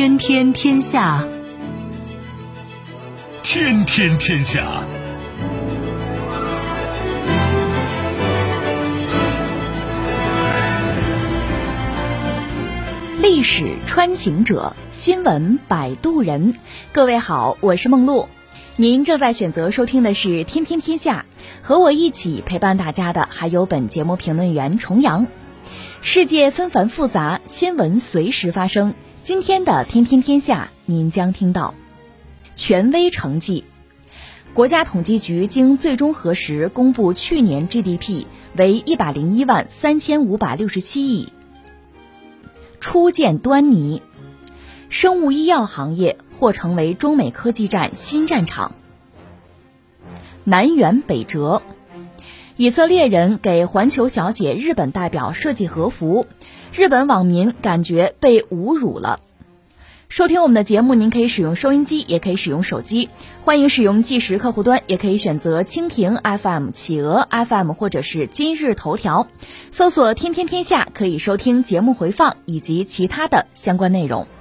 天天天下， 天天天下。 历史穿行者，新闻摆渡人。各位好，我是梦露。您正在选择收听的是天天天下，和我一起陪伴大家的还有本节目评论员重阳。世界纷繁复杂，新闻随时发生。今天的天天天下，您将听到权威成绩。国家统计局经最终核实公布去年 GDP 为101万3567亿。初见端倪，生物医药行业或成为中美科技战新战场。南辕北辙，以色列人给环球小姐日本代表设计和服，日本网民感觉被侮辱了。收听我们的节目，您可以使用收音机，也可以使用手机，欢迎使用即时客户端，也可以选择蜻蜓 FM、企鹅 FM 或者是今日头条，搜索天天天下，可以收听节目回放以及其他的相关内容。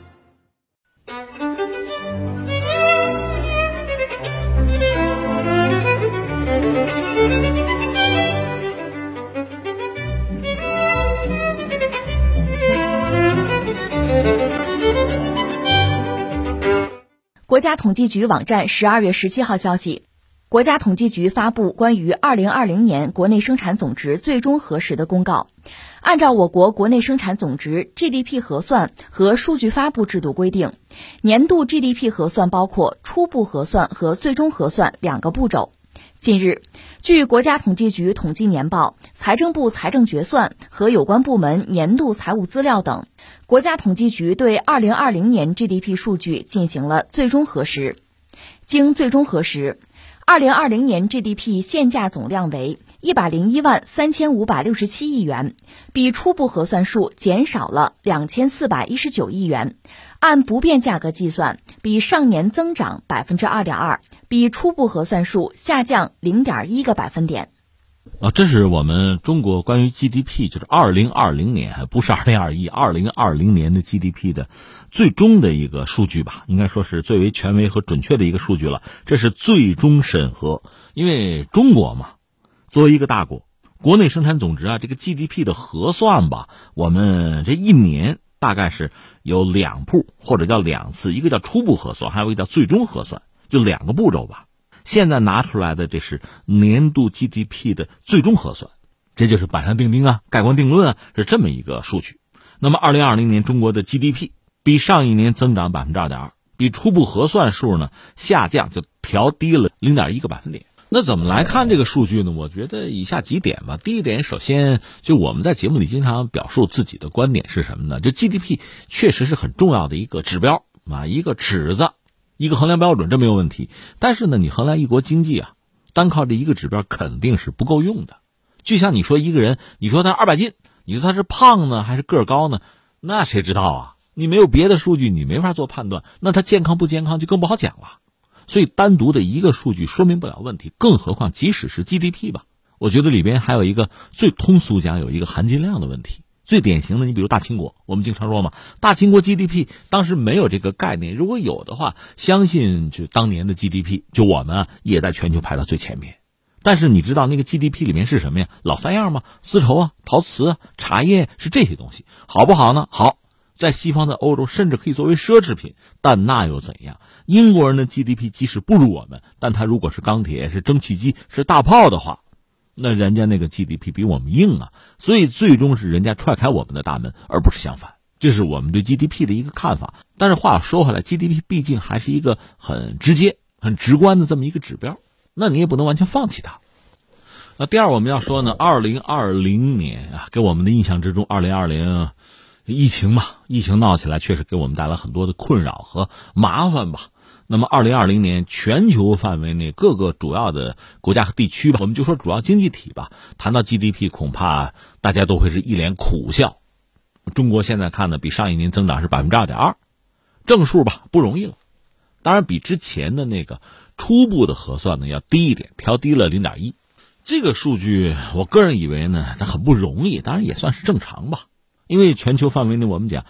国家统计局网站12月17号消息，国家统计局发布关于2020年国内生产总值最终核实的公告。按照我国国内生产总值 GDP 核算和数据发布制度规定，年度 GDP 核算包括初步核算和最终核算两个步骤。近日，据国家统计局统计年报、财政部财政决算和有关部门年度财务资料等，国家统计局对2020年 GDP 数据进行了最终核实。经最终核实，2020年 GDP 现价总量为101万3567亿元，比初步核算数减少了2419亿元，按不变价格计算，比上年增长 2.2%， 比初步核算数下降 0.1个百分点。 这是我们中国关于 GDP， 就是2020年，还不是2021 2020年的 GDP 的最终的一个数据吧，应该说是最为权威和准确的一个数据了。这是最终审核，因为中国嘛，作为一个大国，国内生产总值这个 GDP 的核算吧，我们这一年大概是有两步或者叫两次，一个叫初步核算，还有一个叫最终核算，就两个步骤吧。现在拿出来的这是年度 GDP 的最终核算，这就是板上钉钉盖棺定论是这么一个数据。那么2020年中国的 GDP 比上一年增长 2.2%， 比初步核算数呢下降，就调低了 0.1个百分点。那怎么来看这个数据呢？我觉得以下几点吧。第一点，首先就我们在节目里经常表述自己的观点是什么呢？就 GDP 确实是很重要的一个指标一个尺子，一个衡量标准，这没有问题。但是呢，你衡量一国经济单靠这一个指标肯定是不够用的。就像你说一个人，你说他200斤，你说他是胖呢还是个儿高呢？那谁知道你没有别的数据，你没法做判断，那他健康不健康就更不好讲了。所以单独的一个数据说明不了问题，更何况即使是 GDP 吧，我觉得里边还有一个最通俗讲有一个含金量的问题。最典型的，你比如大清国，我们经常说嘛，大清国 GDP 当时没有这个概念，如果有的话，相信就当年的 GDP 就我们也在全球排到最前面。但是你知道那个 GDP 里面是什么呀？老三样吗？丝绸陶瓷茶叶，是这些东西，好不好呢？好，在西方的欧洲甚至可以作为奢侈品，但那又怎样？英国人的 GDP 即使不如我们，但他如果是钢铁，是蒸汽机，是大炮的话，那人家那个 GDP 比我们硬所以最终是人家踹开我们的大门，而不是相反。这是我们对 GDP 的一个看法。但是话说回来， GDP 毕竟还是一个很直接很直观的这么一个指标，那你也不能完全放弃它。那第二，我们要说呢，2020年给我们的印象之中，2020疫情疫情闹起来确实给我们带来很多的困扰和麻烦吧。那么2020年全球范围内各个主要的国家和地区吧，我们就说主要经济体吧，谈到 GDP 恐怕大家都会是一脸苦笑。中国现在看呢，比上一年增长是 2.2%， 正数吧，不容易了。当然比之前的那个初步的核算呢要低一点，调低了 0.1。这个数据我个人以为呢它很不容易，当然也算是正常吧。因为全球范围内我们讲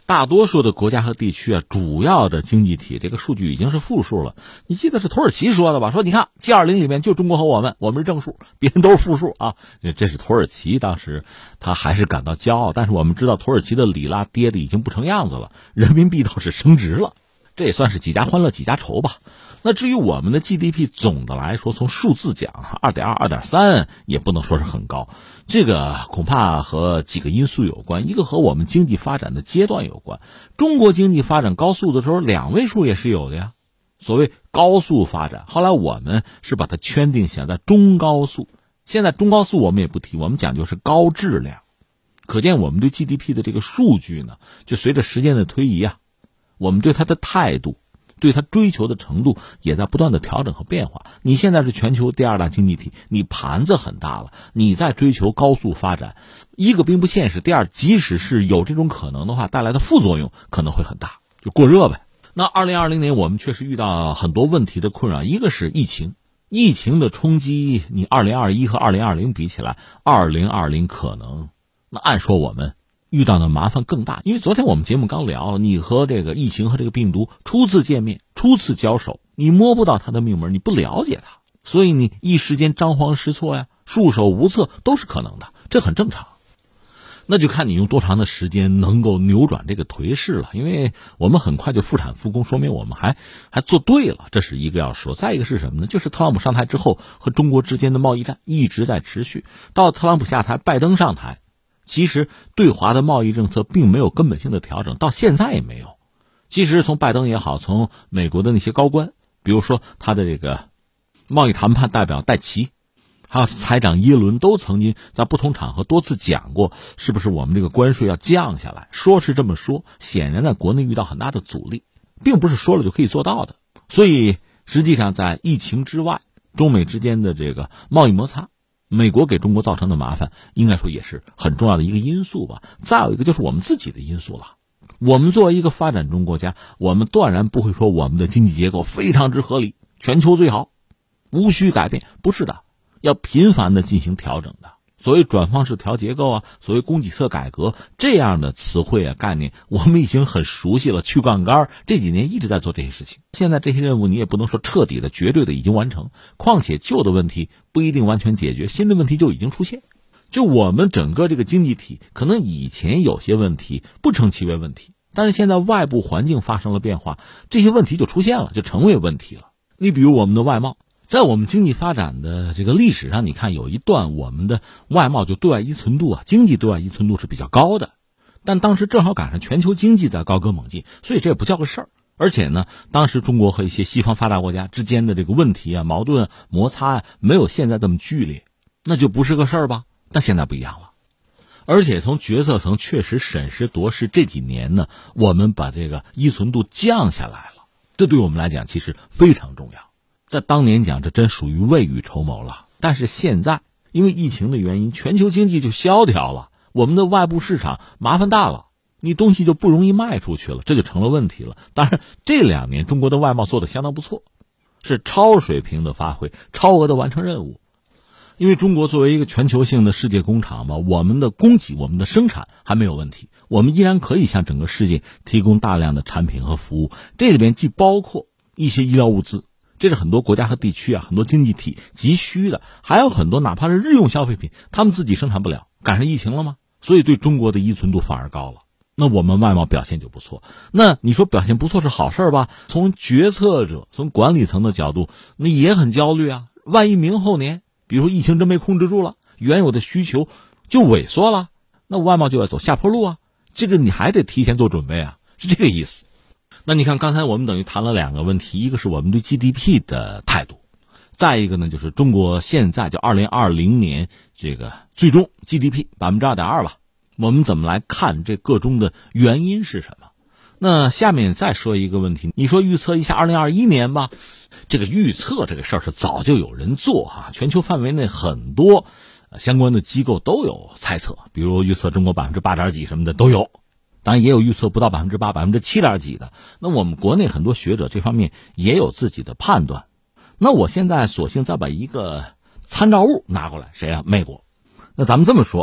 大多数的国家和地区啊，主要的经济体这个数据已经是负数了。你记得是土耳其说的吧？说你看 G20 里面就中国和我们是正数，别人都是负数啊。这是土耳其当时他还是感到骄傲，但是我们知道土耳其的里拉跌的已经不成样子了，人民币倒是升值了，这也算是几家欢乐几家愁吧。那至于我们的 GDP 总的来说从数字讲 2.2、2.3 也不能说是很高，这个恐怕和几个因素有关，一个和我们经济发展的阶段有关。中国经济发展高速的时候2位数也是有的呀，所谓高速发展，后来我们是把它圈定写在中高速，现在中高速我们也不提，我们讲究是高质量。可见我们对 GDP 的这个数据呢，就随着时间的推移啊，我们对它的态度对他追求的程度也在不断的调整和变化。你现在是全球第2大经济体，你盘子很大了，你在追求高速发展，一个并不现实，第二即使是有这种可能的话，带来的副作用可能会很大，就过热呗。那2020年我们确实遇到很多问题的困扰，一个是疫情的冲击，你2021和2020比起来，2020可能那按说我们遇到的麻烦更大，因为昨天我们节目刚聊了，你和这个疫情和这个病毒初次见面，初次交手，你摸不到它的命门，你不了解它，所以你一时间张皇失措呀，束手无策都是可能的，这很正常。那就看你用多长的时间能够扭转这个颓势了，因为我们很快就复产复工，说明我们还做对了，这是一个要说。再一个是什么呢？就是特朗普上台之后和中国之间的贸易战一直在持续，到特朗普下台，拜登上台，其实对华的贸易政策并没有根本性的调整，到现在也没有。其实从拜登也好，从美国的那些高官，比如说他的这个贸易谈判代表戴奇，还有财长耶伦，都曾经在不同场合多次讲过，是不是我们这个关税要降下来，说是这么说，显然在国内遇到很大的阻力，并不是说了就可以做到的。所以实际上在疫情之外，中美之间的这个贸易摩擦，美国给中国造成的麻烦应该说也是很重要的一个因素吧。再有一个就是我们自己的因素了，我们作为一个发展中国家，我们断然不会说我们的经济结构非常之合理，全球最好，无需改变，不是的，要频繁的进行调整的。所谓转方式调结构啊，所谓供给侧改革，这样的词汇啊概念我们已经很熟悉了，去杠杆这几年一直在做这些事情。现在这些任务你也不能说彻底的绝对的已经完成，况且旧的问题不一定完全解决，新的问题就已经出现。就我们整个这个经济体，可能以前有些问题不称其为问题，但是现在外部环境发生了变化，这些问题就出现了，就成为问题了。你比如我们的外贸，在我们经济发展的这个历史上，你看有一段我们的外贸就对外依存度啊，经济对外依存度是比较高的，但当时正好赶上全球经济在高歌猛进，所以这也不叫个事儿。而且呢，当时中国和一些西方发达国家之间的这个问题啊、矛盾啊、摩擦啊，没有现在这么剧烈，那就不是个事儿吧。但现在不一样了，而且从决策层确实审时度势，这几年呢，我们把这个依存度降下来了，这对我们来讲其实非常重要。在当年讲，这真属于未雨绸缪了。但是现在因为疫情的原因，全球经济就萧条了，我们的外部市场麻烦大了，你东西就不容易卖出去了，这就成了问题了。当然这2年中国的外贸做得相当不错，是超水平的发挥，超额的完成任务。因为中国作为一个全球性的世界工厂嘛，我们的供给、我们的生产还没有问题，我们依然可以向整个世界提供大量的产品和服务。这里边既包括一些医疗物资，这是很多国家和地区啊，很多经济体急需的，还有很多哪怕是日用消费品，他们自己生产不了，赶上疫情了吗？所以对中国的依存度反而高了。那我们外贸表现就不错。那你说表现不错是好事吧？从决策者、从管理层的角度，那也很焦虑啊。万一明后年，比如说疫情真没控制住了，原有的需求就萎缩了，那外贸就要走下坡路啊。这个你还得提前做准备啊，是这个意思。那你看刚才我们等于谈了2个问题，一个是我们对 GDP 的态度，再一个呢就是中国现在就2020年这个最终 GDP 2.2%吧，我们怎么来看这个中的原因是什么？那下面再说一个问题，你说预测一下2021年吧，这个预测这个事儿是早就有人做啊，全球范围内很多相关的机构都有猜测，比如预测中国8%点几什么的都有，当然也有预测不到8%、7%点几的。那我们国内很多学者这方面也有自己的判断。那我现在索性再把一个参照物拿过来，谁啊？美国。那咱们这么说啊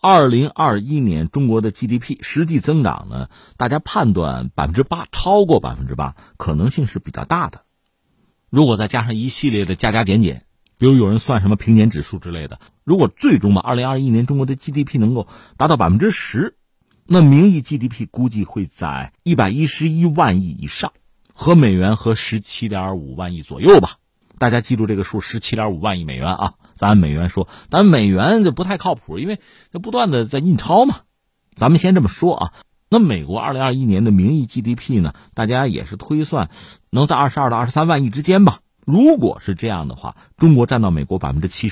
2021年中国的 GDP 实际增长呢，大家判断8%，超过8%，可能性是比较大的。如果再加上一系列的加减，比如有人算什么平减指数之类的，如果最终2021年中国的 GDP 能够达到10%，那名义 GDP 估计会在111万亿以上，和美元和17.5万亿左右吧。大家记住这个数，17.5万亿美元啊，咱按美元说，但美元就不太靠谱，因为它不断的在印钞嘛。咱们先这么说啊。那美国2021年的名义 GDP 呢，大家也是推算能在22到23万亿之间吧。如果是这样的话，中国占到美国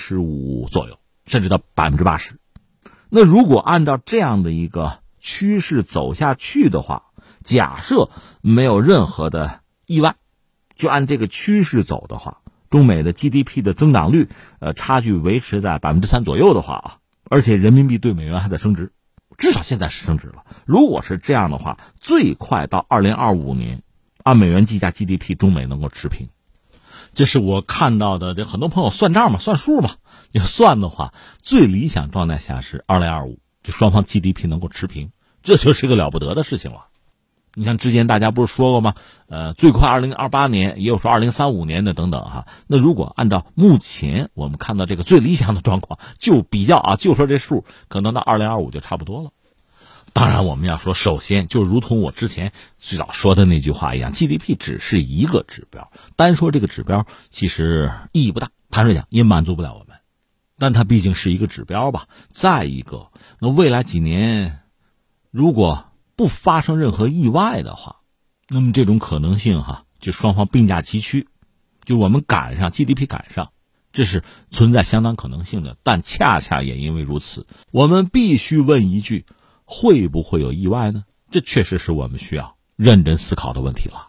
75%左右，甚至到80%。那如果按照这样的一个趋势走下去的话，假设没有任何的意外，就按这个趋势走的话，中美的 GDP 的增长率差距维持在3%左右的话啊，而且人民币对美元还在升值，至少现在是升值了。如果是这样的话，最快到2025年，按美元计价 GDP 中美能够持平。这是我看到的，这很多朋友算账嘛，算数嘛。你算的话，最理想状态下是2025，就双方 GDP 能够持平，这就是个了不得的事情了。你像之前大家不是说过吗？最快2028年，也有说2035年的等等哈。那如果按照目前我们看到这个最理想的状况，就比较啊，就说这数可能到2025就差不多了。当然我们要说，首先就如同我之前最早说的那句话一样， GDP 只是一个指标，单说这个指标其实意义不大，坦率讲也满足不了我们，但它毕竟是一个指标吧。再一个，那未来几年如果不发生任何意外的话，那么这种可能性就双方并驾齐驱，就我们赶上 GDP 赶上，这是存在相当可能性的。但恰恰也因为如此，我们必须问一句，会不会有意外呢？这确实是我们需要认真思考的问题了。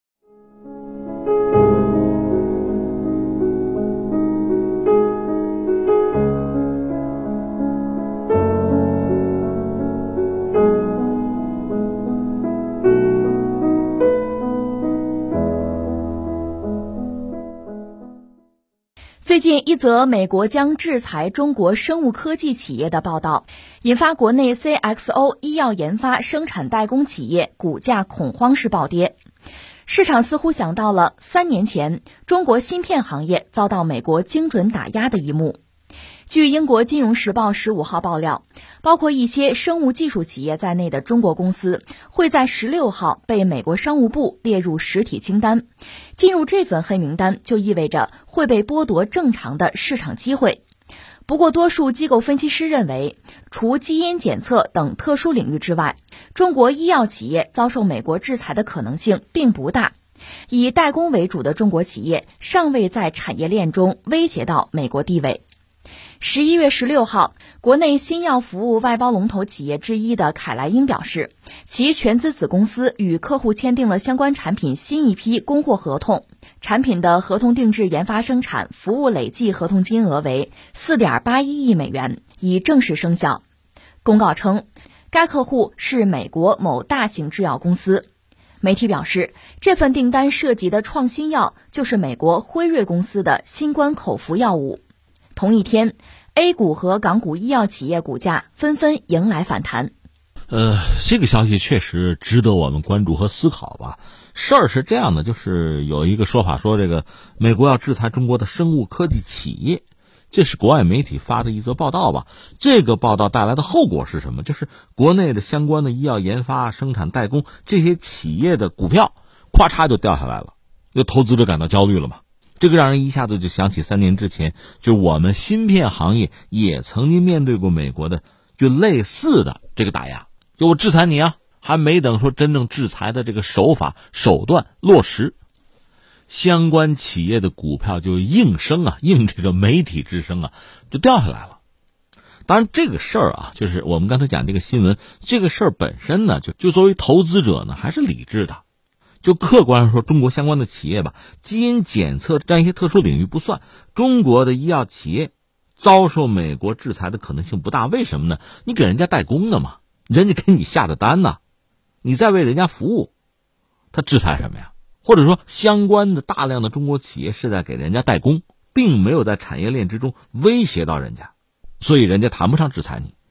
最近一则美国将制裁中国生物科技企业的报道，引发国内 CXO 医药研发生产代工企业股价恐慌式暴跌。市场似乎想到了3年前中国芯片行业遭到美国精准打压的一幕。据英国金融时报15号爆料，包括一些生物技术企业在内的中国公司会在16号被美国商务部列入实体清单。进入这份黑名单就意味着会被剥夺正常的市场机会。不过多数机构分析师认为，除基因检测等特殊领域之外，中国医药企业遭受美国制裁的可能性并不大。以代工为主的中国企业尚未在产业链中威胁到美国地位。11月16号，国内新药服务外包龙头企业之一的凯莱英表示，其全资子公司与客户签订了相关产品新一批供货合同，产品的合同定制研发生产服务累计合同金额为 4.81 亿美元，已正式生效。公告称，该客户是美国某大型制药公司。媒体表示，这份订单涉及的创新药就是美国辉瑞公司的新冠口服药物。同一天， A 股和港股医药企业股价纷纷迎来反弹。 这个消息确实值得我们关注和思考吧。事儿是这样的，就是有一个说法说，这个美国要制裁中国的生物科技企业，这是国外媒体发的一则报道吧。这个报道带来的后果是什么？就是国内的相关的医药研发、生产代工这些企业的股票咵嚓就掉下来了，就投资者感到焦虑了嘛。这个让人一下子就想起3年之前，就我们芯片行业也曾经面对过美国的就类似的这个打压，就我制裁你啊，还没等说真正制裁的这个手法手段落实，相关企业的股票就应声啊，应这个媒体之声啊，就掉下来了。当然这个事儿啊，就是我们刚才讲这个新闻，这个事儿本身呢，就作为投资者呢还是理智的。就客观上说，中国相关的企业吧，基因检测这样一些特殊领域不算，中国的医药企业遭受美国制裁的可能性不大。为什么呢？你给人家代工的嘛，人家给你下的单呢，你在为人家服务，他制裁什么呀？或者说相关的大量的中国企业是在给人家代工，并没有在产业链之中威胁到人家，所以人家谈不上制裁你。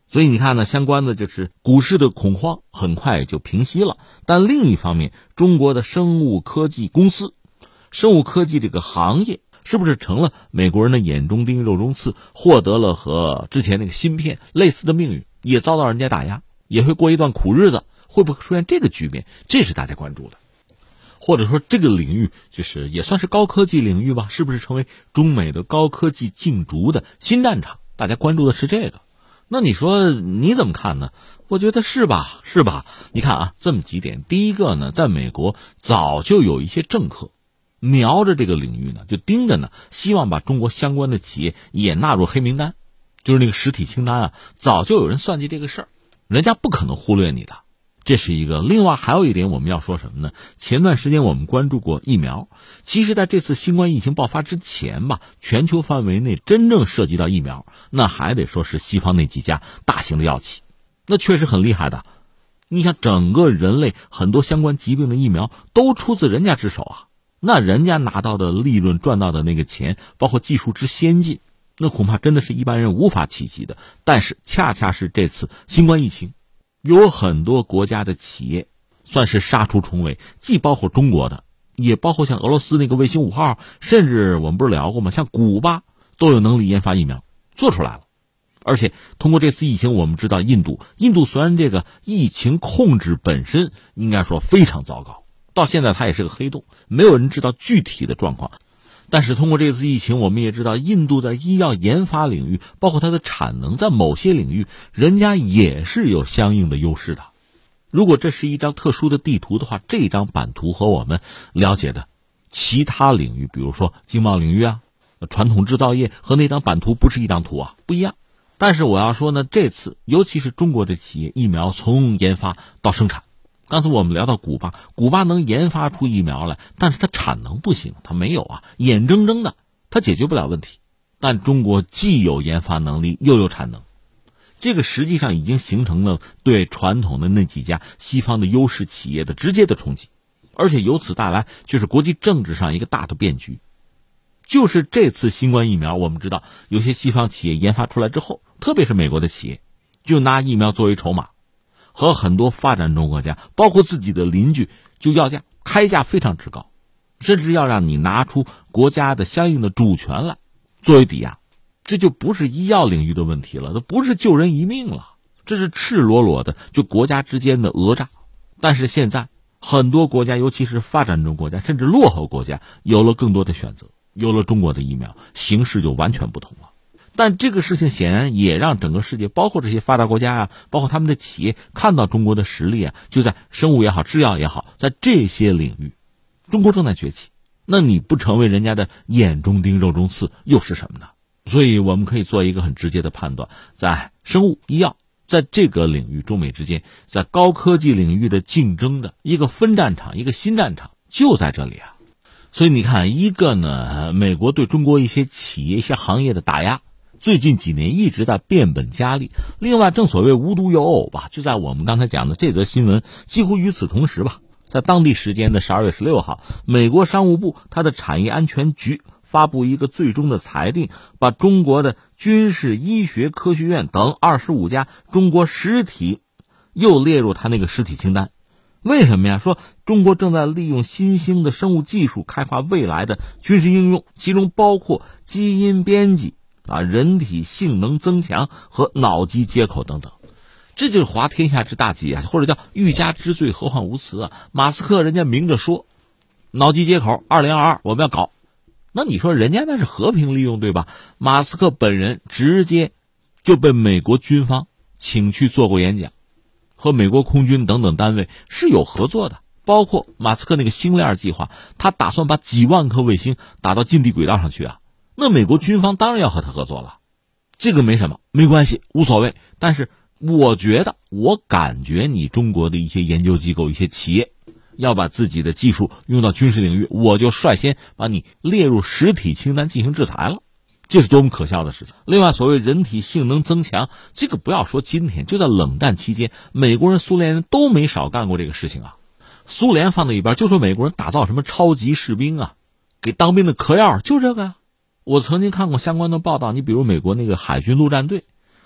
所以你看呢，相关的就是股市的恐慌很快就平息了。但另一方面，中国的生物科技公司、生物科技这个行业是不是成了美国人的眼中钉、肉中刺，获得了和之前那个芯片类似的命运，也遭到人家打压，也会过一段苦日子，会不会出现这个局面？这是大家关注的。或者说这个领域就是也算是高科技领域吧，是不是成为中美的高科技竞逐的新战场？大家关注的是这个。那你说你怎么看呢？我觉得是吧？你看啊，这么几点。第一个呢，在美国早就有一些政客瞄着这个领域呢，就盯着呢，希望把中国相关的企业也纳入黑名单，就是那个实体清单啊，早就有人算计这个事儿，人家不可能忽略你的。这是一个。另外还有一点我们要说什么呢？前段时间我们关注过疫苗，其实在这次新冠疫情爆发之前吧，全球范围内真正涉及到疫苗，那还得说是西方那几家大型的药企，那确实很厉害的。你想整个人类很多相关疾病的疫苗都出自人家之手啊，那人家拿到的利润赚到的那个钱，包括技术之先进，那恐怕真的是一般人无法企及的。但是恰恰是这次新冠疫情，有很多国家的企业算是杀出重围，既包括中国的，也包括像俄罗斯那个卫星5号，甚至我们不是聊过吗？像古巴都有能力研发疫苗，做出来了。而且通过这次疫情，我们知道印度虽然这个疫情控制本身应该说非常糟糕，到现在它也是个黑洞，没有人知道具体的状况。但是通过这次疫情，我们也知道印度在医药研发领域，包括它的产能，在某些领域人家也是有相应的优势的。如果这是一张特殊的地图的话，这张版图和我们了解的其他领域，比如说经贸领域啊、传统制造业，和那张版图不是一张图啊，不一样。但是我要说呢，这次尤其是中国的企业，疫苗从研发到生产，刚才我们聊到古巴能研发出疫苗来，但是它产能不行，它没有啊，眼睁睁的它解决不了问题。但中国既有研发能力又有产能，这个实际上已经形成了对传统的那几家西方的优势企业的直接的冲击，而且由此带来就是国际政治上一个大的变局。就是这次新冠疫苗，我们知道有些西方企业研发出来之后，特别是美国的企业，就拿疫苗作为筹码，和很多发展中国家，包括自己的邻居，就要价，开价非常之高，甚至要让你拿出国家的相应的主权来作为抵押。这就不是医药领域的问题了，这不是救人一命了，这是赤裸裸的就国家之间的讹诈。但是现在很多国家，尤其是发展中国家，甚至落后国家，有了更多的选择，有了中国的疫苗，形势就完全不同了。但这个事情显然也让整个世界，包括这些发达国家啊，包括他们的企业，看到中国的实力啊，就在生物也好，制药也好，在这些领域，中国正在崛起。那你不成为人家的眼中钉、肉中刺，又是什么呢？所以我们可以做一个很直接的判断，在生物医药，在这个领域，中美之间在高科技领域的竞争的一个分战场，一个新战场就在这里啊。所以你看，一个呢，美国对中国一些企业、一些行业的打压，最近几年一直在变本加厉。另外，正所谓无独有偶吧，就在我们刚才讲的这则新闻几乎与此同时吧，在当地时间的12月16号，美国商务部它的产业安全局发布一个最终的裁定，把中国的军事医学科学院等25家中国实体又列入它那个实体清单。为什么呀？说中国正在利用新兴的生物技术开发未来的军事应用，其中包括基因编辑人体性能增强和脑机接口等等。这就是滑天下之大稽啊，或者叫欲加之罪何患无辞啊。马斯克人家明着说，脑机接口2022我们要搞，那你说人家那是和平利用，对吧？马斯克本人直接就被美国军方请去做过演讲，和美国空军等等单位是有合作的，包括马斯克那个星链计划，他打算把几万颗卫星打到近地轨道上去啊。那美国军方当然要和他合作了，这个没什么，没关系，无所谓。但是我感觉你中国的一些研究机构、一些企业要把自己的技术用到军事领域，我就率先把你列入实体清单进行制裁了，这是多么可笑的事情。另外，所谓人体性能增强，这个不要说今天，就在冷战期间，美国人、苏联人都没少干过这个事情啊。苏联放在一边，就说美国人打造什么超级士兵啊，给当兵的嗑药，就这个啊。我曾经看过相关的报道，你比如美国那个海军陆战队，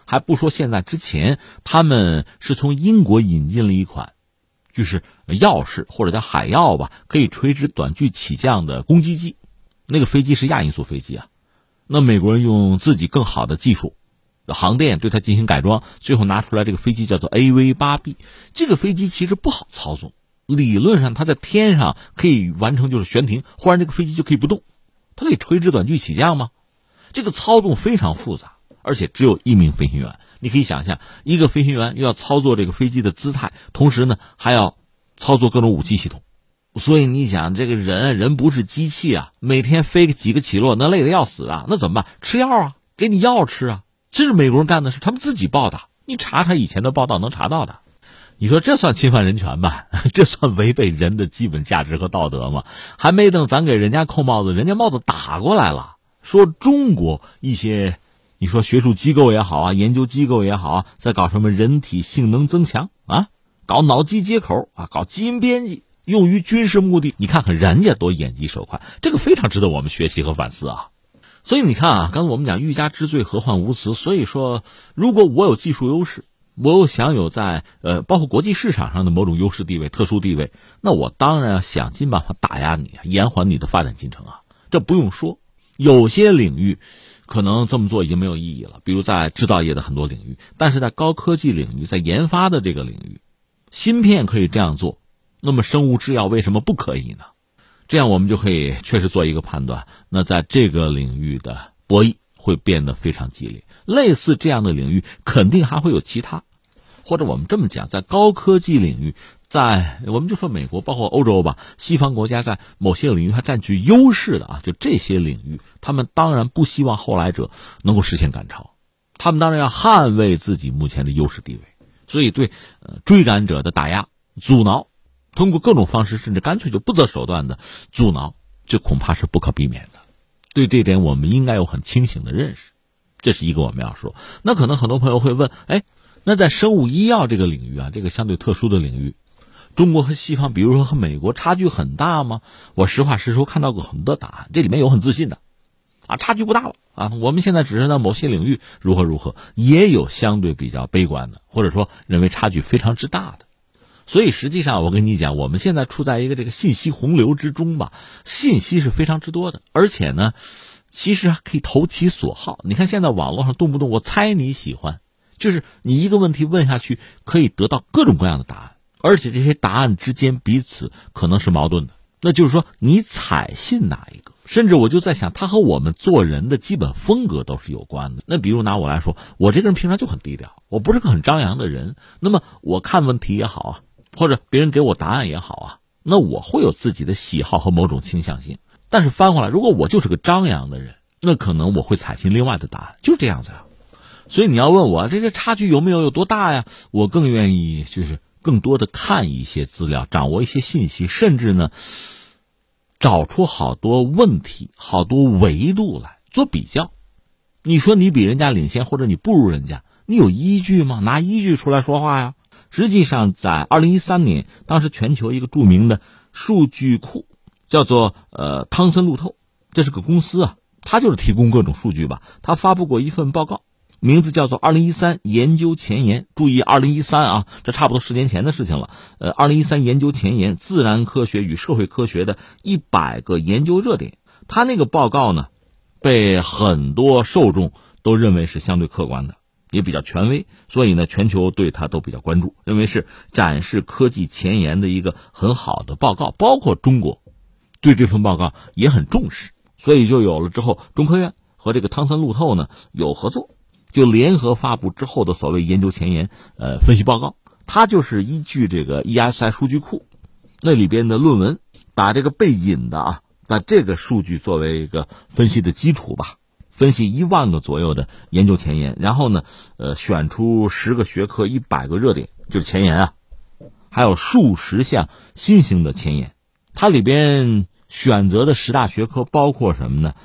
还不说现在，之前他们是从英国引进了一款就是钥式或者叫海鹞吧，可以垂直短距起降的攻击机。那个飞机是亚音速飞机啊，那美国人用自己更好的技术航电对它进行改装，最后拿出来这个飞机叫做 AV-8B。 这个飞机其实不好操纵，理论上它在天上可以完成就是悬停，忽然这个飞机就可以不动，它可以垂直短距起降吗？这个操纵非常复杂，而且只有一名飞行员。你可以想象，一个飞行员又要操作这个飞机的姿态，同时呢还要操作各种武器系统。所以你想，这个人不是机器啊，每天飞几个起落，那累得要死啊，那怎么办？吃药啊，给你药吃啊。这是美国人干的事，他们自己报的，你查查以前的报道能查到的。你说这算侵犯人权吧？这算违背人的基本价值和道德吗？还没等咱给人家扣帽子，人家帽子打过来了，说中国一些你说学术机构也好啊，研究机构也好啊，在搞什么人体性能增强啊，搞脑机接口啊，搞基因编辑，用于军事目的。你看看人家多眼疾手快，这个非常值得我们学习和反思啊。所以你看啊，刚才我们讲欲加之罪何患无辞，所以说如果我有技术优势，我又享有在包括国际市场上的某种优势地位、特殊地位，那我当然要想尽办法打压你，延缓你的发展进程啊。这不用说，有些领域可能这么做已经没有意义了，比如在制造业的很多领域，但是在高科技领域，在研发的这个领域，芯片可以这样做，那么生物制药为什么不可以呢？这样我们就可以确实做一个判断，那在这个领域的博弈会变得非常激烈。类似这样的领域肯定还会有其他，或者我们这么讲，在高科技领域，在我们就说美国包括欧洲吧，西方国家在某些领域还占据优势的啊，就这些领域他们当然不希望后来者能够实现赶超，他们当然要捍卫自己目前的优势地位，所以对追赶者的打压阻挠，通过各种方式甚至干脆就不择手段的阻挠，这恐怕是不可避免的。对这点我们应该有很清醒的认识，这是一个我们要说。那可能很多朋友会问，那在生物医药这个领域啊，这个相对特殊的领域，中国和西方比如说和美国差距很大吗？我实话实说看到过很多答案，这里面有很自信的啊，差距不大了啊，我们现在只是在某些领域如何，也有相对比较悲观的，或者说认为差距非常之大的。所以实际上我跟你讲，我们现在处在一个这个信息洪流之中吧，信息是非常之多的，而且呢其实还可以投其所好。你看现在网络上动不动我猜你喜欢，就是你一个问题问下去可以得到各种各样的答案，而且这些答案之间彼此可能是矛盾的，那就是说你采信哪一个，甚至我就在想它和我们做人的基本风格都是有关的。那比如拿我来说，我这个人平常就很低调，我不是个很张扬的人，那么我看问题也好啊，或者别人给我答案也好啊，那我会有自己的喜好和某种倾向性。但是翻过来，如果我就是个张扬的人，那可能我会采信另外的答案，就是这样子啊。所以你要问我这差距有多大呀，我更愿意就是更多的看一些资料，掌握一些信息，甚至呢找出好多问题、好多维度来做比较。你说你比人家领先，或者你不如人家，你有依据吗？拿依据出来说话呀。实际上在2013年，当时全球一个著名的数据库叫做汤森路透，这是个公司啊，它就是提供各种数据吧。它发布过一份报告，名字叫做2013研究前沿。注意2013啊，这差不多10年前的事情了。2013研究前沿，自然科学与社会科学的100个研究热点。它那个报告呢，被很多受众都认为是相对客观的，也比较权威，所以呢全球对它都比较关注，认为是展示科技前沿的一个很好的报告，包括中国对这份报告也很重视，所以就有了之后中科院和这个汤森路透呢有合作，就联合发布之后的所谓研究前沿分析报告。它就是依据这个 ESI 数据库那里边的论文，把这个被引的啊，把这个数据作为一个分析的基础吧，分析1万个左右的研究前沿，然后呢选出10个学科100个热点，就是前沿啊，还有数十项新兴的前沿。它里边选择的10大学科包括什么呢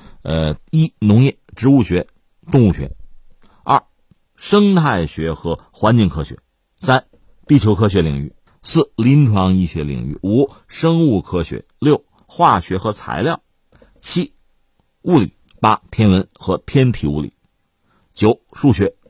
？1农业植物学动物学，2生态学和环境科学，3地球科学领域，4临床医学领域，5生物科学，6化学和材料，7物理，8天文和天体物理，9数学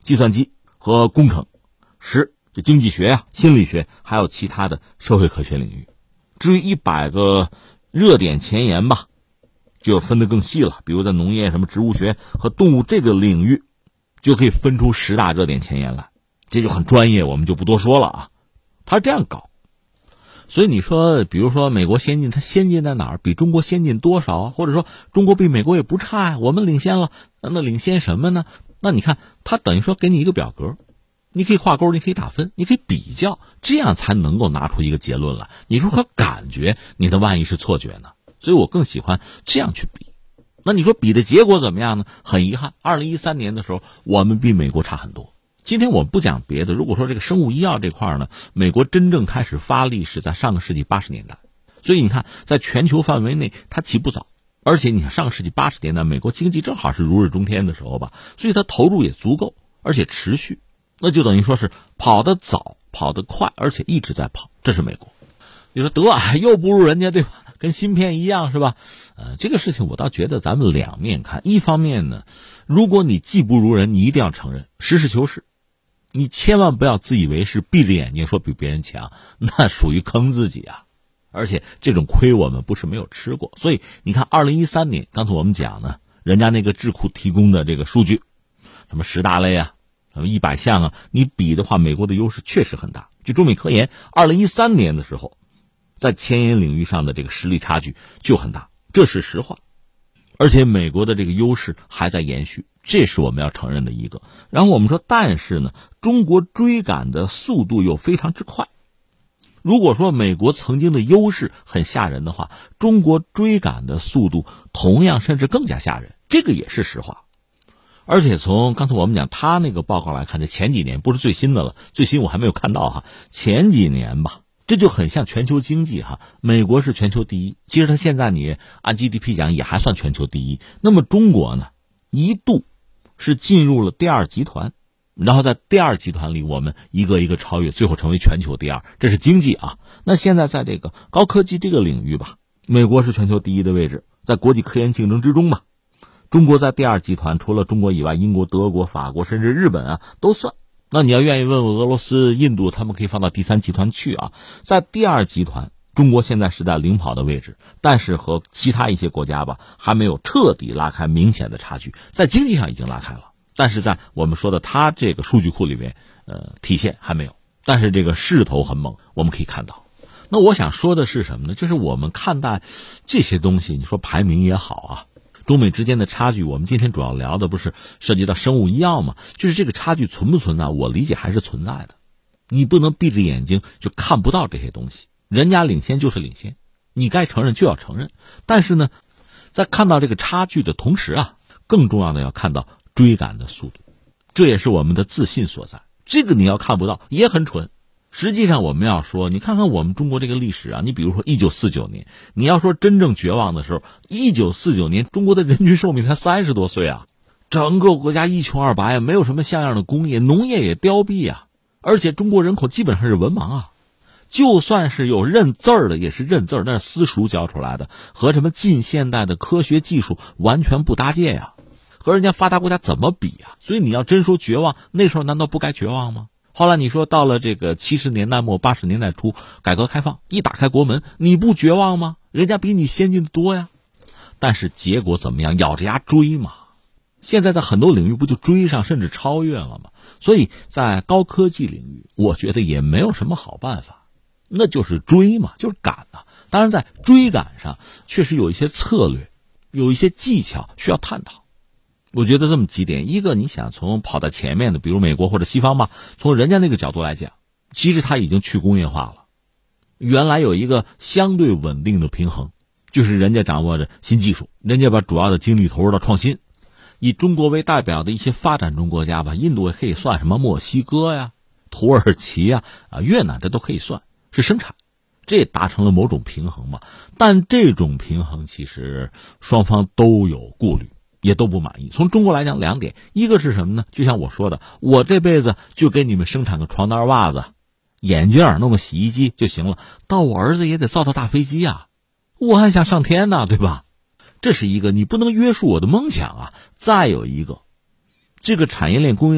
计算机和工程，十就经济学啊、心理学，还有其他的社会科学领域。至于100个热点前沿吧，就分得更细了，比如在农业、什么植物学和动物这个领域，就可以分出10大热点前沿来，这就很专业，我们就不多说了啊。他是这样搞，所以你说，比如说美国先进，它先进在哪儿？比中国先进多少啊？或者说中国比美国也不差呀，我们领先了，那领先什么呢？那你看，它等于说给你一个表格，你可以画勾，你可以打分，你可以比较，这样才能够拿出一个结论来。你如何感觉你的万一是错觉呢？所以我更喜欢这样去比。那你说比的结果怎么样呢？很遗憾，2013年的时候，我们比美国差很多。今天我们不讲别的，如果说这个生物医药这块呢，美国真正开始发力是在上个世纪80年代，所以你看，在全球范围内它起步早，而且你看上个世纪80年代，美国经济正好是如日中天的时候吧，所以它投入也足够，而且持续，那就等于说是跑得早、跑得快，而且一直在跑，这是美国。你说得又不如人家，对吧？跟芯片一样是吧？这个事情我倒觉得咱们两面看。一方面呢，如果你技不如人，你一定要承认，实事求是。你千万不要自以为是，闭着眼睛说比别人强，那属于坑自己啊！而且这种亏我们不是没有吃过。所以你看2013年，刚才我们讲呢，人家那个智库提供的这个数据，什么10大类啊，什么100项啊，你比的话，美国的优势确实很大。就中美科研2013年的时候，在前沿领域上的这个实力差距就很大，这是实话。而且美国的这个优势还在延续，这是我们要承认的一个。然后我们说，但是呢，中国追赶的速度又非常之快。如果说美国曾经的优势很吓人的话，中国追赶的速度同样甚至更加吓人，这个也是实话。而且从刚才我们讲他那个报告来看，这前几年不是最新的了，最新我还没有看到哈，前几年吧，这就很像全球经济哈，美国是全球第一，其实它现在你按 GDP 讲也还算全球第一。那么中国呢，一度是进入了第二集团，然后在第二集团里我们一个一个超越，最后成为全球第二，这是经济啊。那现在在这个高科技这个领域吧，美国是全球第一的位置，在国际科研竞争之中吧，中国在第二集团，除了中国以外，英国、德国、法国甚至日本啊都算。那你要愿意问问俄罗斯、印度，他们可以放到第三集团去啊。在第二集团，中国现在是在领跑的位置，但是和其他一些国家吧，还没有彻底拉开明显的差距，在经济上已经拉开了，但是在我们说的它这个数据库里面，体现还没有。但是这个势头很猛，我们可以看到。那我想说的是什么呢？就是我们看待这些东西，你说排名也好啊，中美之间的差距，我们今天主要聊的不是涉及到生物医药吗？就是这个差距存不存在，我理解还是存在的。你不能闭着眼睛就看不到这些东西，人家领先就是领先，你该承认就要承认。但是呢，在看到这个差距的同时啊，更重要的要看到追赶的速度，这也是我们的自信所在。这个你要看不到也很蠢。实际上我们要说，你看看我们中国这个历史啊，你比如说1949年，你要说真正绝望的时候，1949年中国的人均寿命才30多岁啊，整个国家一穷二白啊，没有什么像样的工业，农业也凋敝啊，而且中国人口基本上是文盲啊，就算是有认字儿的，也是认字儿，那是私塾教出来的，和什么近现代的科学技术完全不搭界呀，和人家发达国家怎么比啊？所以你要真说绝望，那时候难道不该绝望吗？后来你说到了这个70年代末80年代初，改革开放一打开国门，你不绝望吗？人家比你先进的多呀。但是结果怎么样？咬着牙追嘛。现在在很多领域不就追上甚至超越了吗？所以在高科技领域，我觉得也没有什么好办法，那就是追嘛，就是赶啊。当然在追赶上确实有一些策略，有一些技巧需要探讨。我觉得这么几点，一个你想从跑在前面的，比如美国或者西方吧，从人家那个角度来讲，其实它已经去工业化了，原来有一个相对稳定的平衡，就是人家掌握着新技术，人家把主要的精力投入到创新。以中国为代表的一些发展中国家吧，印度也可以算，什么墨西哥呀、土耳其呀、越南，这都可以算是生产，这也达成了某种平衡嘛。但这种平衡其实双方都有顾虑，也都不满意。从中国来讲，两点，一个是什么呢？就像我说的，我这辈子就给你们生产个床单、袜子、眼镜，弄个洗衣机就行了，到我儿子也得造套大飞机啊，我还想上天呢，对吧？这是一个，你不能约束我的梦想啊。再有一个，这个产业链供应链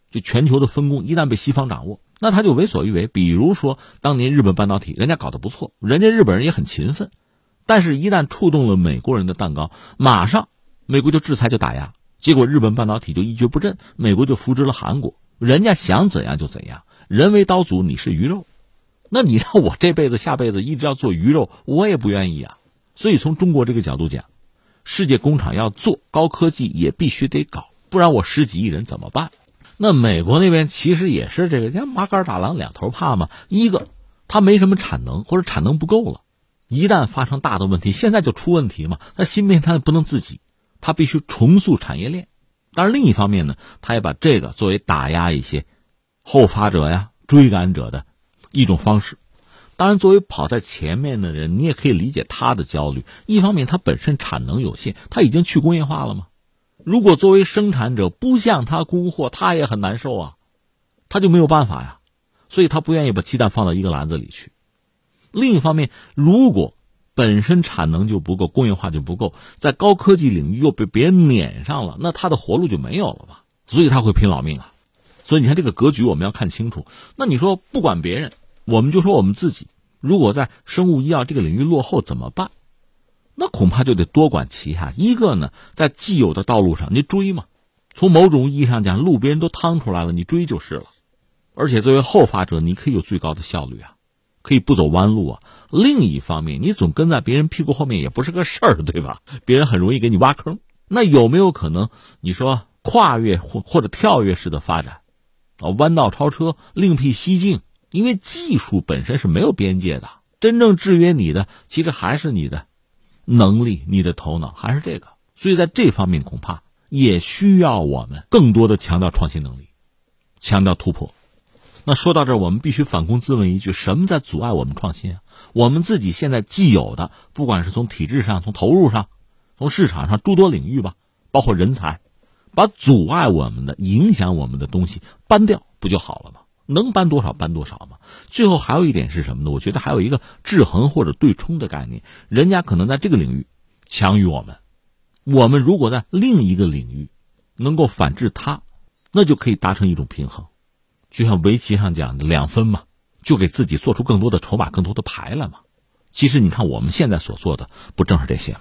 就全球的分工一旦被西方掌握，那他就为所欲为。比如说当年日本半导体人家搞得不错，人家日本人也很勤奋，但是一旦触动了美国人的蛋糕，马上美国就制裁就打压，结果日本半导体就一蹶不振，美国就扶植了韩国，人家想怎样就怎样，人为刀俎，你是鱼肉。那你让我这辈子下辈子一直要做鱼肉，我也不愿意啊。所以从中国这个角度讲，世界工厂要做高科技也必须得搞，不然我10几亿人怎么办？那美国那边其实也是这个像麻杆打狼两头怕嘛，一个它没什么产能或者产能不够了，一旦发生大的问题，现在就出问题嘛，那芯片它不能自己，它必须重塑产业链。当然另一方面呢，它也把这个作为打压一些后发者呀追赶者的一种方式。当然作为跑在前面的人，你也可以理解他的焦虑，一方面他本身产能有限，他已经去工业化了嘛，如果作为生产者不向他供货，他也很难受啊，他就没有办法呀，所以他不愿意把鸡蛋放到一个篮子里去。另一方面，如果本身产能就不够，工业化就不够，在高科技领域又被别人撵上了，那他的活路就没有了吧，所以他会拼老命啊。所以你看这个格局我们要看清楚。那你说不管别人，我们就说我们自己，如果在生物医药这个领域落后怎么办？那恐怕就得多管齐下。一个呢，在既有的道路上你追嘛，从某种意义上讲，路别人都趟出来了，你追就是了。而且作为后发者，你可以有最高的效率啊，可以不走弯路啊。另一方面，你总跟在别人屁股后面也不是个事儿，对吧？别人很容易给你挖坑。那有没有可能你说跨越或者跳跃式的发展啊，弯道超车，另辟蹊径？因为技术本身是没有边界的，真正制约你的其实还是你的能力，你的头脑，还是这个。所以在这方面恐怕也需要我们更多的强调创新能力，强调突破。那说到这儿，我们必须反躬自问一句，什么在阻碍我们创新啊？我们自己现在既有的，不管是从体制上，从投入上，从市场上诸多领域吧，包括人才，把阻碍我们的影响我们的东西搬掉不就好了吗？能搬多少搬多少嘛。最后还有一点是什么呢？我觉得还有一个制衡或者对冲的概念，人家可能在这个领域强于我们，我们如果在另一个领域能够反制它，那就可以达成一种平衡。就像围棋上讲的2分嘛，就给自己做出更多的筹码，更多的牌了嘛。其实你看我们现在所做的不正是这些吗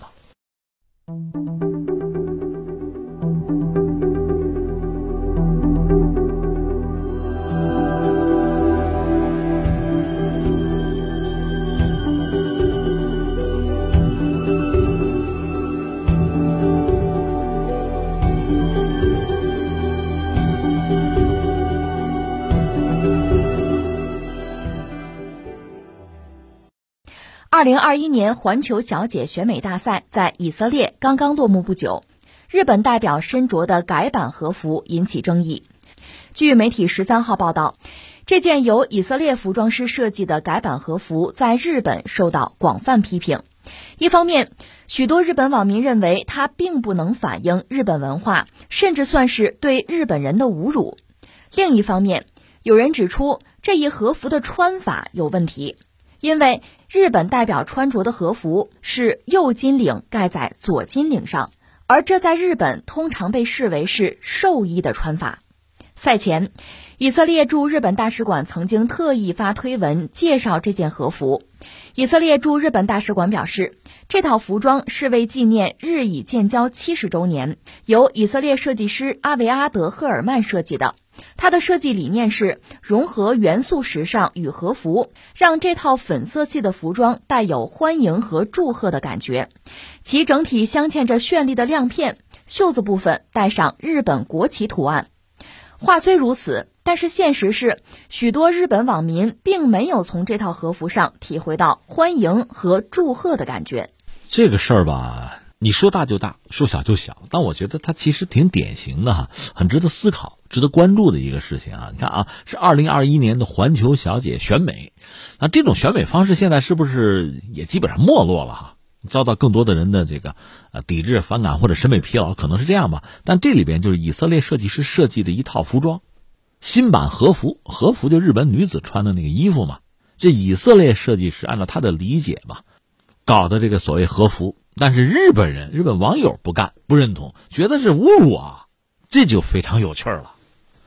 ？2021年环球小姐选美大赛在以色列刚刚落幕不久，日本代表身着的改版和服引起争议。据媒体13号报道，这件由以色列服装师设计的改版和服在日本受到广泛批评。一方面，许多日本网民认为它并不能反映日本文化，甚至算是对日本人的侮辱。另一方面，有人指出这一和服的穿法有问题，因为日本代表穿着的和服是右襟领盖在左襟领上，而这在日本通常被视为是寿衣的穿法。赛前，以色列驻日本大使馆曾经特意发推文介绍这件和服。以色列驻日本大使馆表示，这套服装是为纪念日以建交70周年，由以色列设计师阿维阿德·赫尔曼设计的。它的设计理念是融合元素时尚与和服，让这套粉色系的服装带有欢迎和祝贺的感觉。其整体镶嵌着绚丽的亮片，袖子部分带上日本国旗图案。话虽如此，但是现实是，许多日本网民并没有从这套和服上体会到欢迎和祝贺的感觉。 这个事儿吧，你说大就大，说小就小，但我觉得它其实挺典型的哈，很值得思考、值得关注的一个事情啊。你看啊，是2021年的环球小姐选美，那这种选美方式现在是不是也基本上没落了哈？遭到更多的人的这个抵制、反感或者审美疲劳，可能是这样吧。但这里边就是以色列设计师设计的一套服装，新版和服，和服就日本女子穿的那个衣服嘛。这以色列设计师按照他的理解吧，搞的这个所谓和服，但是日本网友不干，不认同，觉得是侮辱啊，这就非常有趣了。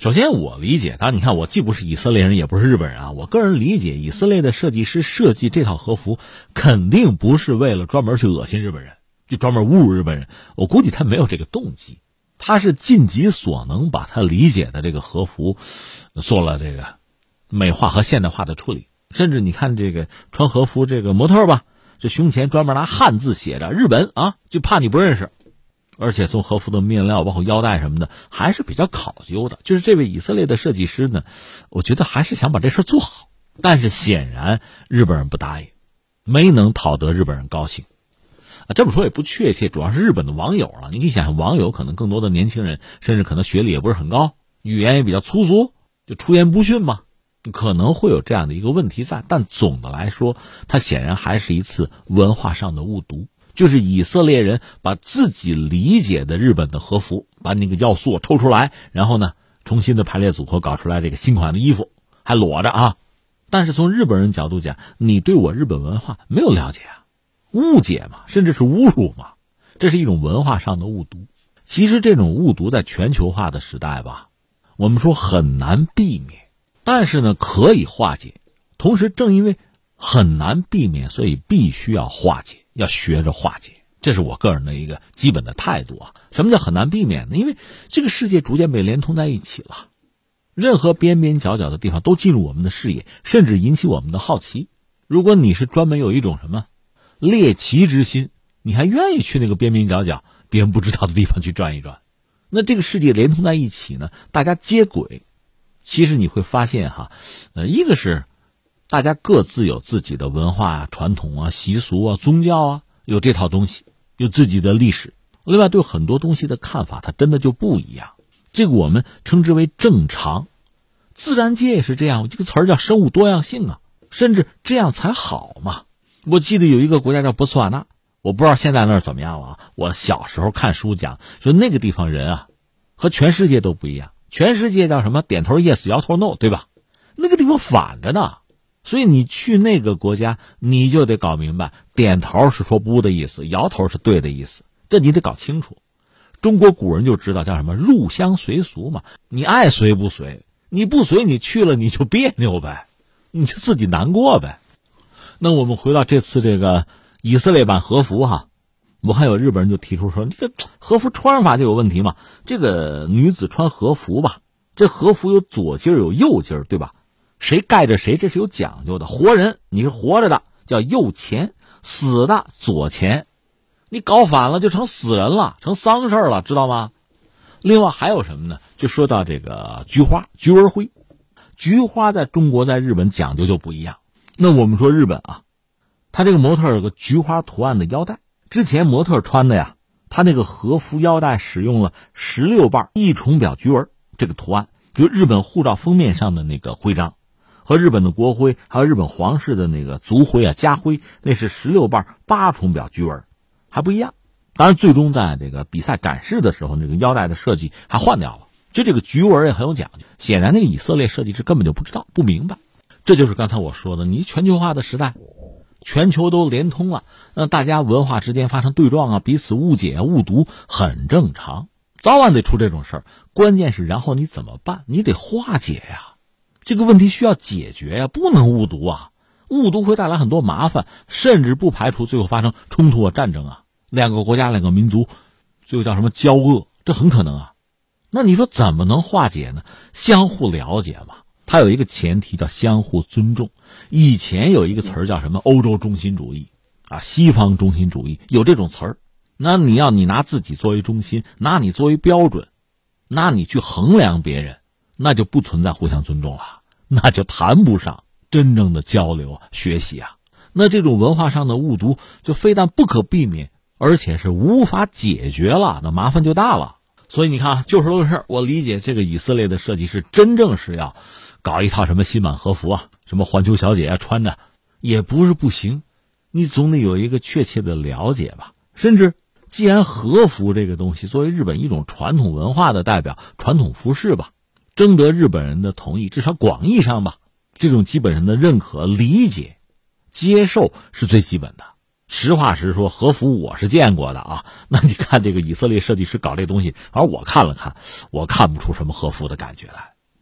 首先我理解，当然你看我既不是以色列人也不是日本人啊，我个人理解以色列的设计师设计这套和服肯定不是为了专门去恶心日本人，就专门侮辱日本人，我估计他没有这个动机，他是尽己所能把他理解的这个和服做了这个美化和现代化的处理。甚至你看这个穿和服这个模特吧，这胸前专门拿汉字写着日本啊，就怕你不认识。而且从和服的面料包括腰带什么的还是比较考究的，就是这位以色列的设计师呢，我觉得还是想把这事做好，但是显然日本人不答应，没能讨得日本人高兴啊。这么说也不确切，主要是日本的网友了。你可以想想，网友可能更多的年轻人，甚至可能学历也不是很高，语言也比较粗俗，就出言不逊嘛，可能会有这样的一个问题在。但总的来说，它显然还是一次文化上的误读。就是以色列人把自己理解的日本的和服，把那个要素抽出来，然后呢重新的排列组合，搞出来这个新款的衣服，还裸着啊。但是从日本人角度讲，你对我日本文化没有了解啊，误解嘛，甚至是侮辱嘛，这是一种文化上的误读。其实这种误读在全球化的时代吧，我们说很难避免，但是呢可以化解。同时正因为很难避免，所以必须要化解，要学着化解，这是我个人的一个基本的态度啊。什么叫很难避免呢？因为这个世界逐渐被连通在一起了，任何边边角角的地方都进入我们的视野，甚至引起我们的好奇。如果你是专门有一种什么猎奇之心，你还愿意去那个边边角角别人不知道的地方去转一转，那这个世界连通在一起呢，大家接轨，其实你会发现哈，一个是大家各自有自己的文化啊、传统啊、习俗啊、宗教啊，有这套东西，有自己的历史。另外对很多东西的看法它真的就不一样，这个我们称之为正常。自然界也是这样，这个词儿叫生物多样性啊，甚至这样才好嘛。我记得有一个国家叫博茨瓦纳，我不知道现在那儿怎么样了啊。我小时候看书讲说那个地方人啊和全世界都不一样，全世界叫什么点头 yes 摇头 no， 对吧？那个地方反着呢。所以你去那个国家，你就得搞明白，点头是说不的意思，摇头是对的意思，这你得搞清楚。中国古人就知道叫什么入乡随俗嘛，你爱随不随，你不随你去了你就别扭呗，你就自己难过呗。那我们回到这次这个以色列版和服哈，我看有日本人就提出说，这个和服穿法就有问题嘛。这个女子穿和服吧，这和服有左襟有右襟，对吧？谁盖着谁，这是有讲究的。活人你是活着的叫右前，死的左前，你搞反了就成死人了，成丧事了，知道吗？另外还有什么呢？就说到这个菊花、菊纹灰，菊花在中国在日本讲究就不一样。那我们说日本啊，他这个模特有个菊花图案的腰带，之前模特穿的呀，他那个和服腰带使用了16瓣一重表菊纹这个图案，就日本护照封面上的那个徽章。和日本的国徽还有日本皇室的那个族徽啊家徽，那是16瓣8重表菊纹，还不一样。当然最终在这个比赛展示的时候，那个腰带的设计还换掉了，就这个菊纹也很有讲究。显然那个以色列设计师根本就不知道不明白，这就是刚才我说的，你全球化的时代，全球都连通了，那大家文化之间发生对撞啊，彼此误解啊误读很正常，早晚得出这种事儿。关键是然后你怎么办？你得化解呀，这个问题需要解决呀，不能误读啊，误读会带来很多麻烦，甚至不排除最后发生冲突啊、战争啊，两个国家、两个民族，最后叫什么交恶，这很可能啊。那你说怎么能化解呢？相互了解嘛，它有一个前提叫相互尊重。以前有一个词儿叫什么欧洲中心主义啊，西方中心主义，有这种词儿。那你拿自己作为中心，拿你作为标准，拿你去衡量别人，那就不存在互相尊重了，那就谈不上真正的交流学习啊。那这种文化上的误读就非但不可避免，而且是无法解决了，那麻烦就大了。所以你看就事论事，我理解这个以色列的设计师真正是要搞一套什么新版和服啊，什么环球小姐啊穿着也不是不行，你总得有一个确切的了解吧。甚至既然和服这个东西作为日本一种传统文化的代表，传统服饰吧，征得日本人的同意，至少广义上吧，这种基本上的认可、理解、接受是最基本的。实话实说，和服我是见过的啊。那你看这个以色列设计师搞这东西，而我看了看，我看不出什么和服的感觉来。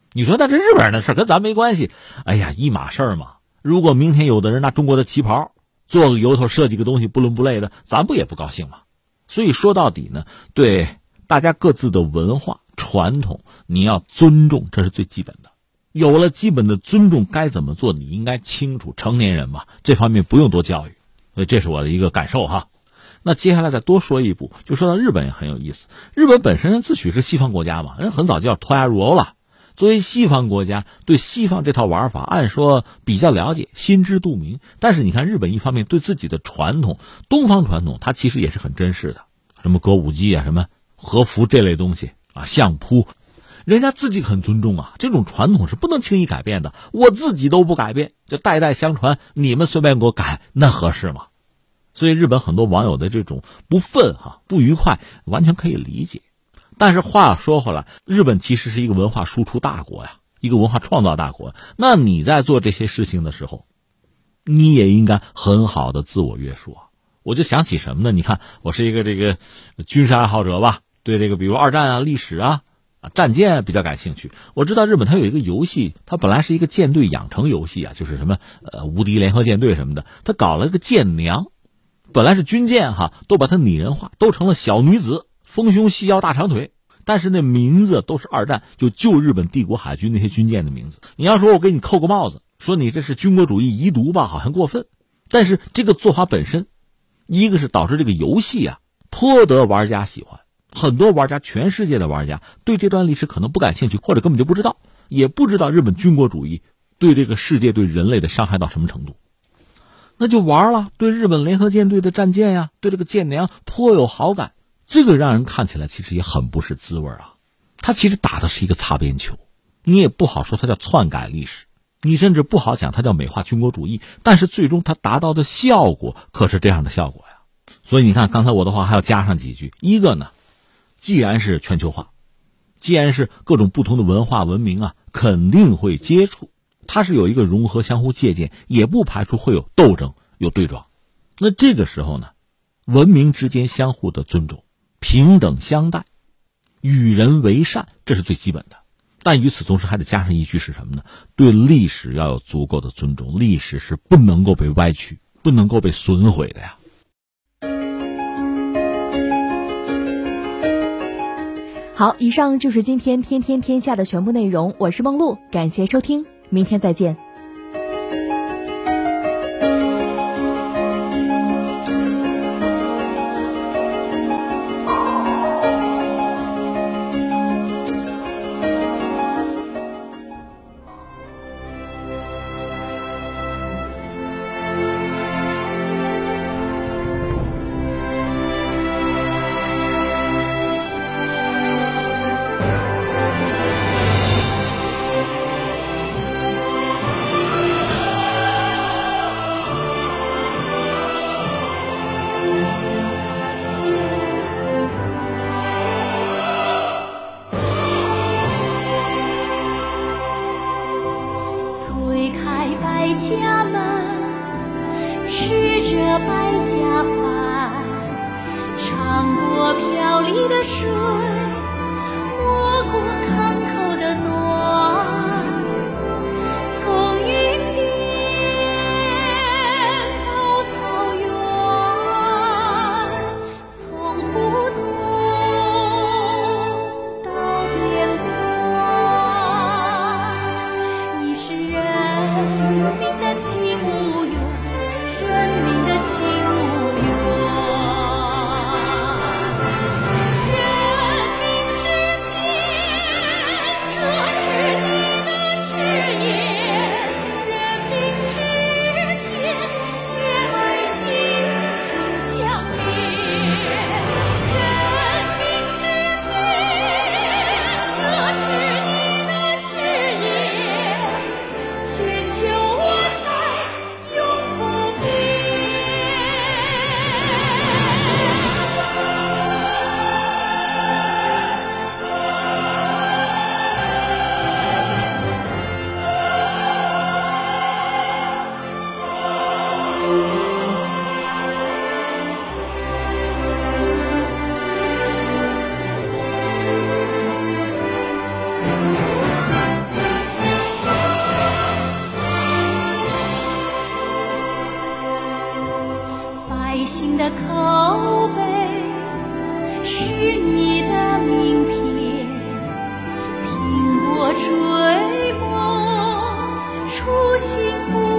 你说那这日本人的事跟咱没关系，哎呀，一码事儿嘛。如果明天有的人拿中国的旗袍做个由头设计个东西不伦不类的，咱不也不高兴吗？所以说到底呢，对大家各自的文化传统你要尊重，这是最基本的。有了基本的尊重，该怎么做你应该清楚，成年人嘛，这方面不用多教育。所以这是我的一个感受哈。那接下来再多说一步，就说到日本也很有意思。日本本身自诩是西方国家嘛，人很早就要脱亚入欧了。作为西方国家，对西方这套玩法按说比较了解，心知肚明。但是你看日本一方面对自己的传统，东方传统它其实也是很珍视的，什么歌舞伎啊，什么和服这类东西啊，相扑，人家自己很尊重啊，这种传统是不能轻易改变的。我自己都不改变，就代代相传，你们随便给我改，那合适吗？所以日本很多网友的这种不忿不愉快，完全可以理解。但是话说回来，日本其实是一个文化输出大国呀，一个文化创造大国。那你在做这些事情的时候，你也应该很好的自我约束啊。我就想起什么呢？你看，我是一个这个军事爱好者吧，对这个比如二战啊、历史啊、战舰比较感兴趣。我知道日本它有一个游戏，它本来是一个舰队养成游戏啊，就是什么无敌联合舰队什么的，它搞了一个舰娘，本来是军舰都把它拟人化，都成了小女子，丰胸细腰大长腿，但是那名字都是二战就旧日本帝国海军那些军舰的名字。你要说我给你扣个帽子，说你这是军国主义遗毒吧，好像过分。但是这个做法本身，一个是导致这个游戏颇得玩家喜欢，很多玩家，全世界的玩家对这段历史可能不感兴趣，或者根本就不知道，也不知道日本军国主义对这个世界对人类的伤害到什么程度，那就玩了，对日本联合舰队的战舰呀，对这个舰娘颇有好感。这个让人看起来其实也很不是滋味啊。他其实打的是一个擦边球，你也不好说他叫篡改历史，你甚至不好讲他叫美化军国主义，但是最终他达到的效果可是这样的效果呀。所以你看刚才我的话还要加上几句，一个呢，既然是全球化，既然是各种不同的文化文明肯定会接触，它是有一个融合相互借鉴，也不排除会有斗争有对撞。那这个时候呢，文明之间相互的尊重，平等相待，与人为善，这是最基本的。但与此同时还得加上一句是什么呢？对历史要有足够的尊重，历史是不能够被歪曲，不能够被损毁的呀。 好，以上就是今天天天天下的全部内容，我是梦露，感谢收听，明天再见。 家门，吃着百家饭，尝过飘离的水，摸过坑口的暖，从云巅到草原，从胡同到边关，你是人民的情无用，人民的情无用。 是你的名片，凭我追梦，初心不